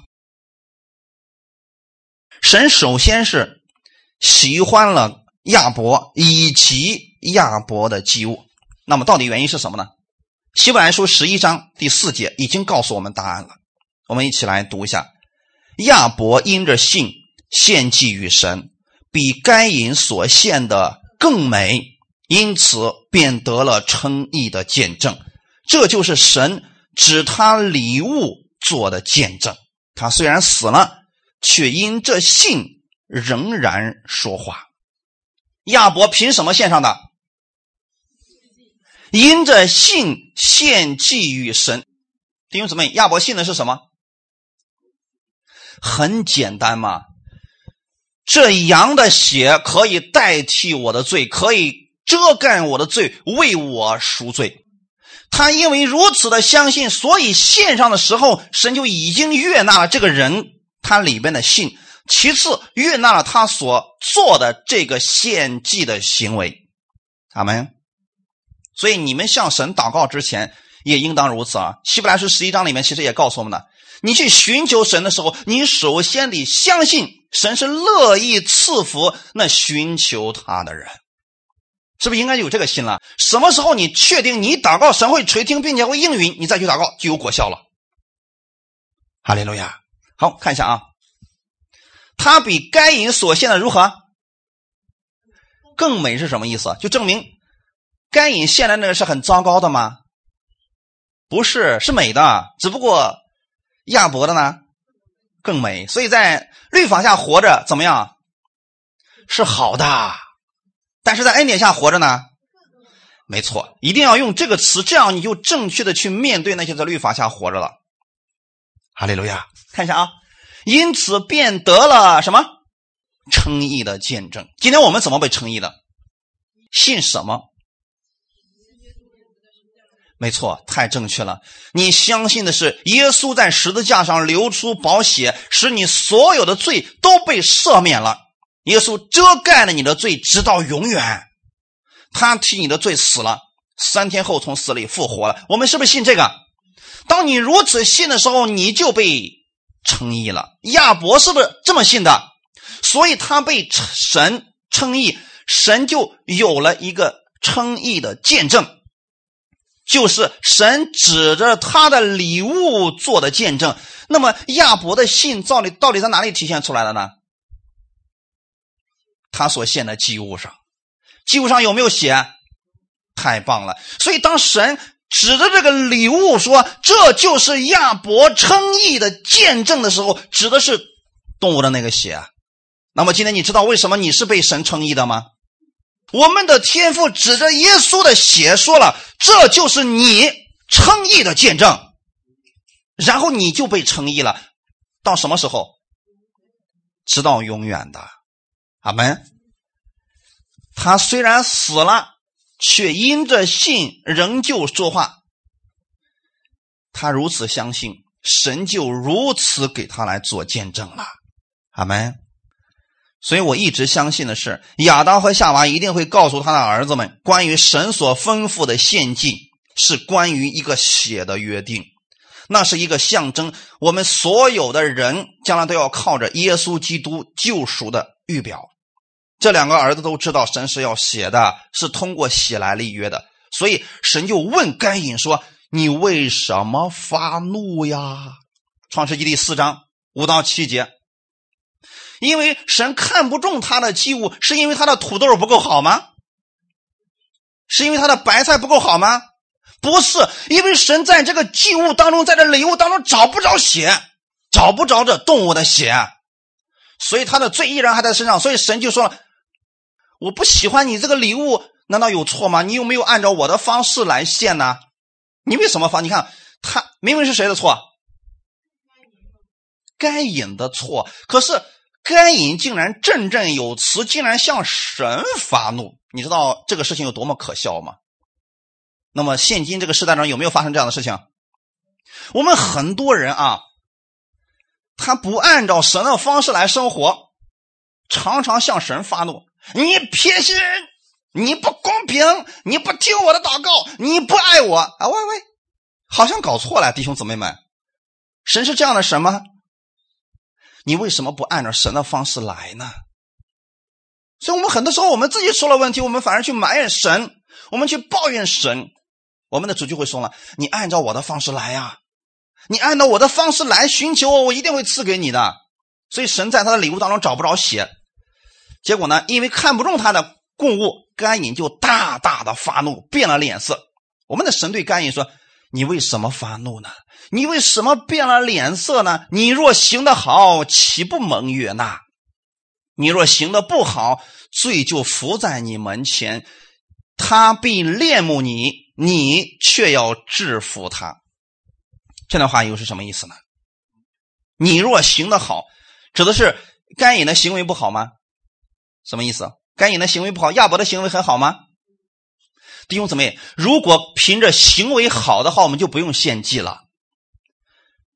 神首先是喜欢了亚伯以及亚伯的祭物。那么到底原因是什么呢？希伯来书十一章第四节已经告诉我们答案了。我们一起来读一下。亚伯因着信献祭于神，比该隐所献的更美，因此便得了称义的见证。这就是神指他礼物做的见证。他虽然死了，却因这信仍然说话。亚伯凭什么献上的？因着信献祭于神。弟兄姊妹，亚伯信的是什么？很简单嘛，这羊的血可以代替我的罪，可以遮盖我的罪，为我赎罪。他因为如此的相信，所以献上的时候神就已经悦纳了这个人他里边的信， 其次悦纳了他所做的这个献祭的行为。阿们。所以你们向神祷告之前也应当如此啊。希伯来书十一章里面其实也告诉我们的，你去寻求神的时候，你首先得相信神是乐意赐福那寻求他的人，是不是应该有这个心了？什么时候你确定你祷告神会垂听并且会应允，你再去祷告就有果效了。哈利路亚。好，看一下啊，他比该隐所献的如何？更美是什么意思？就证明该隐献的那个是很糟糕的吗？不是，是美的，只不过亚伯的呢更美。所以在律法下活着怎么样？是好的。但是在恩典下活着呢？没错，一定要用这个词，这样你就正确的去面对那些在律法下活着了。哈利路亚。看一下啊，因此便得了什么？称义的见证。今天我们怎么被称义的？信什么？没错，太正确了。你相信的是耶稣在十字架上流出宝血，使你所有的罪都被赦免了。耶稣遮盖了你的罪直到永远，他替你的罪死了，三天后从死里复活了。我们是不是信这个？当你如此信的时候，你就被称义了。亚伯是不是这么信的？所以他被神称义，神就有了一个称义的见证，就是神指着他的礼物做的见证。那么亚伯的信到底到底在哪里体现出来的呢？他所献的祭物上，祭物上有没有血？太棒了。所以当神指着这个礼物说这就是亚伯称义的见证的时候，指的是动物的那个血。那么今天你知道为什么你是被神称义的吗？我们的天父指着耶稣的血说了，这就是你称义的见证，然后你就被称义了。到什么时候？直到永远的。阿们。他虽然死了，却因着信仍旧说话。他如此相信，神就如此给他来做见证了。阿们。所以我一直相信的是，亚当和夏娃一定会告诉他的儿子们，关于神所吩咐的献祭是关于一个血的约定，那是一个象征，我们所有的人将来都要靠着耶稣基督救赎的预表。这两个儿子都知道神是要血的，是通过血来立约的，所以神就问该隐说，你为什么发怒呀？创世纪第四章五到七节。因为神看不中他的祭物，是因为他的土豆不够好吗？是因为他的白菜不够好吗？不是，因为神在这个祭物当中，在这礼物当中找不着血，找不着这动物的血，所以他的罪依然还在身上。所以神就说了，我不喜欢你这个礼物，难道有错吗？你有没有按照我的方式来献呢？你为什么发？你看他明明是谁的错？该隐的错。可是该隐竟然振振有词，竟然向神发怒。你知道这个事情有多么可笑吗？那么现今这个时代上有没有发生这样的事情？我们很多人啊，他不按照神的方式来生活，常常向神发怒。你偏心，你不公平，你不听我的祷告，你不爱我啊！喂喂，好像搞错了，弟兄姊妹们，神是这样的神吗？你为什么不按照神的方式来呢？所以我们很多时候我们自己出了问题，我们反而去埋怨神，我们去抱怨神。我们的主就会说了，你按照我的方式来呀，你按照我的方式来寻求我，我一定会赐给你的。所以神在他的礼物当中找不着血，结果呢，因为看不中他的供物，该隐就大大的发怒，变了脸色。我们的神对该隐说，你为什么发怒呢？你为什么变了脸色呢？你若行得好，岂不蒙悦纳？你若行得不好，罪就伏在你门前，他必恋慕你，你却要制服他。这段话又是什么意思呢？你若行得好，指的是该隐的行为不好吗？什么意思？该隐的行为不好，亚伯的行为很好吗？弟兄姊妹，如果凭着行为好的话，我们就不用献祭了。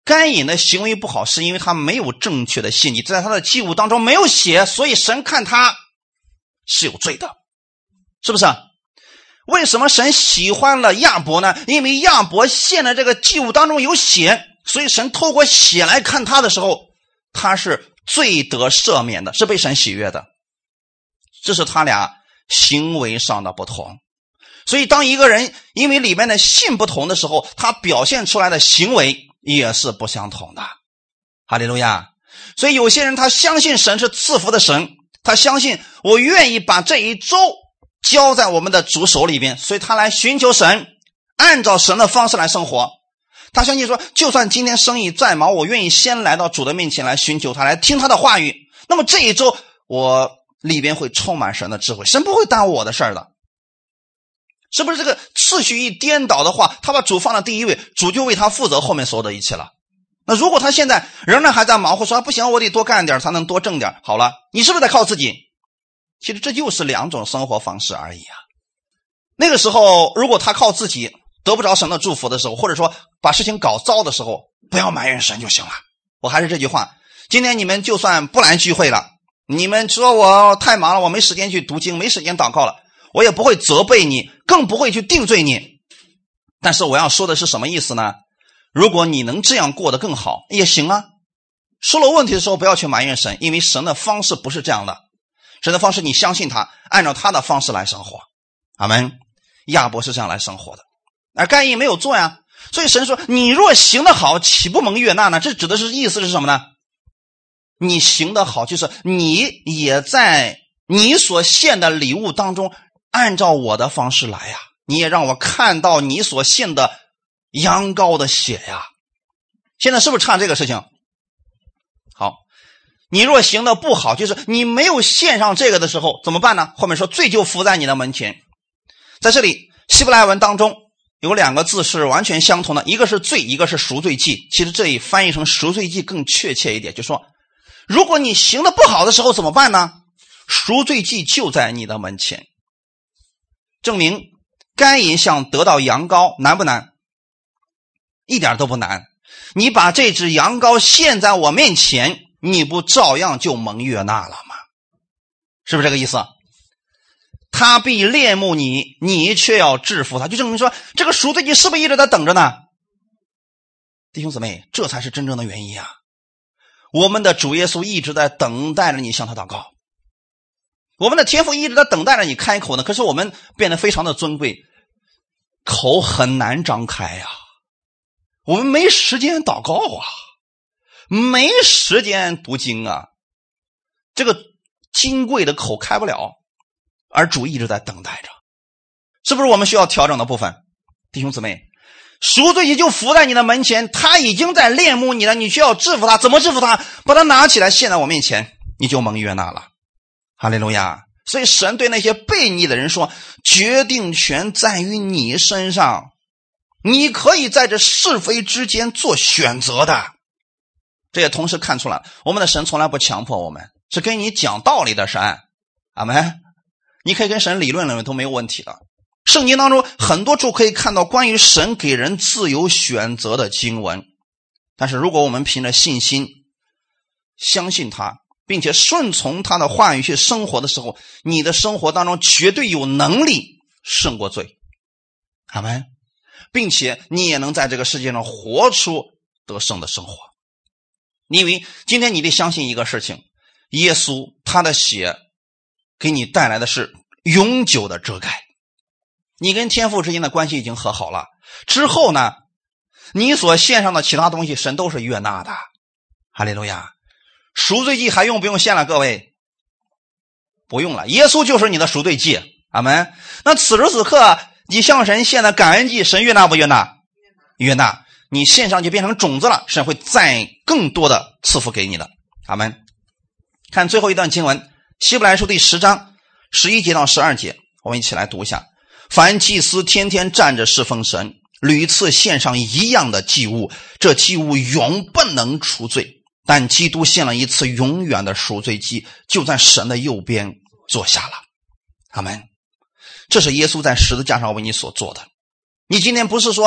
该隐的行为不好，是因为他没有正确的信，你在他的祭物当中没有血，所以神看他是有罪的，是不是？为什么神喜欢了亚伯呢？因为亚伯献的这个祭物当中有血，所以神透过血来看他的时候，他是罪得赦免的，是被神喜悦的。这是他俩行为上的不同。所以当一个人因为里面的信不同的时候，他表现出来的行为也是不相同的。哈利路亚。所以有些人他相信神是赐福的神，他相信我愿意把这一周交在我们的主手里边，所以他来寻求神，按照神的方式来生活。他相信说，就算今天生意再忙，我愿意先来到主的面前来寻求他，来听他的话语，那么这一周我里边会充满神的智慧，神不会耽误我的事儿的。是不是这个次序一颠倒的话，他把主放在第一位，主就为他负责后面所有的一切了。那如果他现在仍然还在忙活，说不行，我得多干点才能多挣点，好了，你是不是得靠自己？其实这就是两种生活方式而已啊。那个时候如果他靠自己得不着神的祝福的时候，或者说把事情搞糟的时候，不要埋怨神就行了。我还是这句话，今天你们就算不来聚会了，你们说我太忙了，我没时间去读经，没时间祷告了，我也不会责备你，更不会去定罪你。但是我要说的是什么意思呢？如果你能这样过得更好也行啊。出了问题的时候不要去埋怨神，因为神的方式不是这样的。神的方式你相信他，按照他的方式来生活。阿们。亚伯是这样来生活的，而该隐没有做呀。所以神说，你若行得好，岂不蒙悦纳呢？这指的是意思是什么呢？你行得好，就是你也在你所献的礼物当中按照我的方式来呀，你也让我看到你所献的羊羔的血呀。现在是不是差这个事情？好，你若行的不好，就是你没有献上这个的时候怎么办呢？后面说罪就伏在你的门前。在这里希伯来文当中有两个字是完全相同的，一个是罪，一个是赎罪祭。其实这里翻译成赎罪祭更确切一点，就是说如果你行的不好的时候怎么办呢？赎罪祭就在你的门前。证明该隐想得到羊羔难不难？一点都不难。你把这只羊羔献在我面前，你不照样就蒙悦纳了吗？是不是这个意思？他必恋慕你，你却要制服他，就证明说这个赎罪祭是不是一直在等着呢？弟兄姊妹，这才是真正的原因啊！我们的主耶稣一直在等待着你向他祷告，我们的天父一直在等待着你开口呢。可是我们变得非常的尊贵，口很难张开呀、啊，我们没时间祷告啊，没时间读经啊，这个金贵的口开不了，而主一直在等待着。是不是我们需要调整的部分？弟兄姊妹，赎罪祭就伏在你的门前，他已经在恋慕你了，你需要制服他。怎么制服他？把他拿起来献在我面前，你就蒙悦纳了。哈利路亚。所以神对那些悖逆的人说，决定权在于你身上，你可以在这是非之间做选择的。这也同时看出来，我们的神从来不强迫我们，是跟你讲道理的神。阿们。你可以跟神理论认为都没有问题的。圣经当中很多处可以看到关于神给人自由选择的经文，但是如果我们凭着信心相信他，并且顺从他的话语去生活的时候，你的生活当中绝对有能力胜过罪。阿们。并且你也能在这个世界上活出得胜的生活。因为今天你得相信一个事情，耶稣他的血给你带来的是永久的遮盖，你跟天父之间的关系已经和好了。之后呢，你所献上的其他东西神都是悦纳的。哈利路亚。赎罪祭还用不用献了？各位不用了，耶稣就是你的赎罪祭。阿们。那此时此刻你向神献的感恩祭，神悦纳不悦纳？悦纳。你献上就变成种子了，神会再更多的赐福给你的。阿们。看最后一段经文，希伯来书第十章十一节到十二节，我们一起来读一下。凡祭司天天站着侍奉神，屡次献上一样的祭物，这祭物永不能除罪，但基督献了一次永远的赎罪祭，就在神的右边坐下了。阿们。这是耶稣在十字架上为你所做的。你今天不是说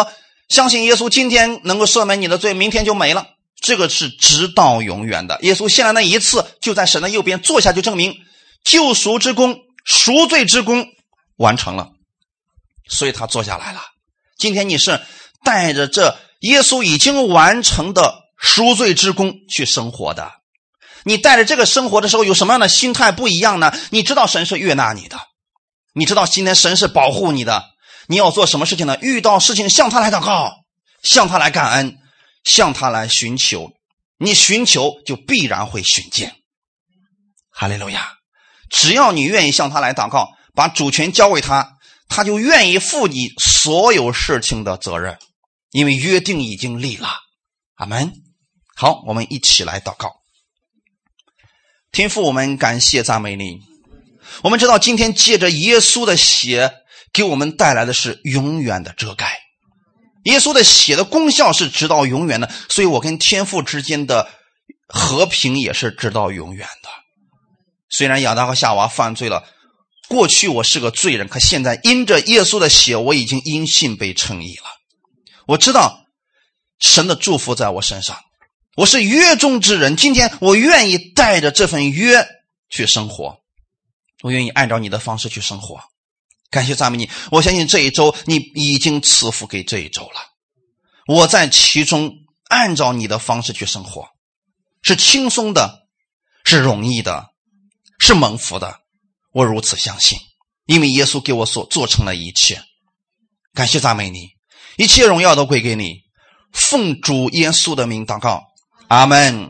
相信耶稣今天能够赦免你的罪，明天就没了，这个是直到永远的。耶稣现在那一次就在神的右边坐下，就证明救赎之功、赎罪之功完成了，所以他坐下来了。今天你是带着这耶稣已经完成的赎罪之功去生活的，你带着这个生活的时候有什么样的心态不一样呢？你知道神是悦纳你的，你知道今天神是保护你的，你要做什么事情呢？遇到事情向他来祷告，向他来感恩，向他来寻求，你寻求就必然会寻见。哈利路亚！只要你愿意向他来祷告，把主权交给他，他就愿意负你所有事情的责任，因为约定已经立了。阿们。好，我们一起来祷告。天父，我们感谢赞美你。我们知道今天借着耶稣的血给我们带来的是永远的遮盖，耶稣的血的功效是直到永远的，所以我跟天父之间的和平也是直到永远的。虽然亚当和夏娃犯罪了，过去我是个罪人，可现在因着耶稣的血，我已经因信被称义了。我知道神的祝福在我身上，我是约中之人，今天我愿意带着这份约去生活，我愿意按照你的方式去生活。感谢赞美你，我相信这一周你已经赐福给这一周了，我在其中按照你的方式去生活，是轻松的，是容易的，是蒙福的，我如此相信，因为耶稣给我所做成了一切。感谢赞美你，一切荣耀都归给你，奉主耶稣的名祷告，阿们。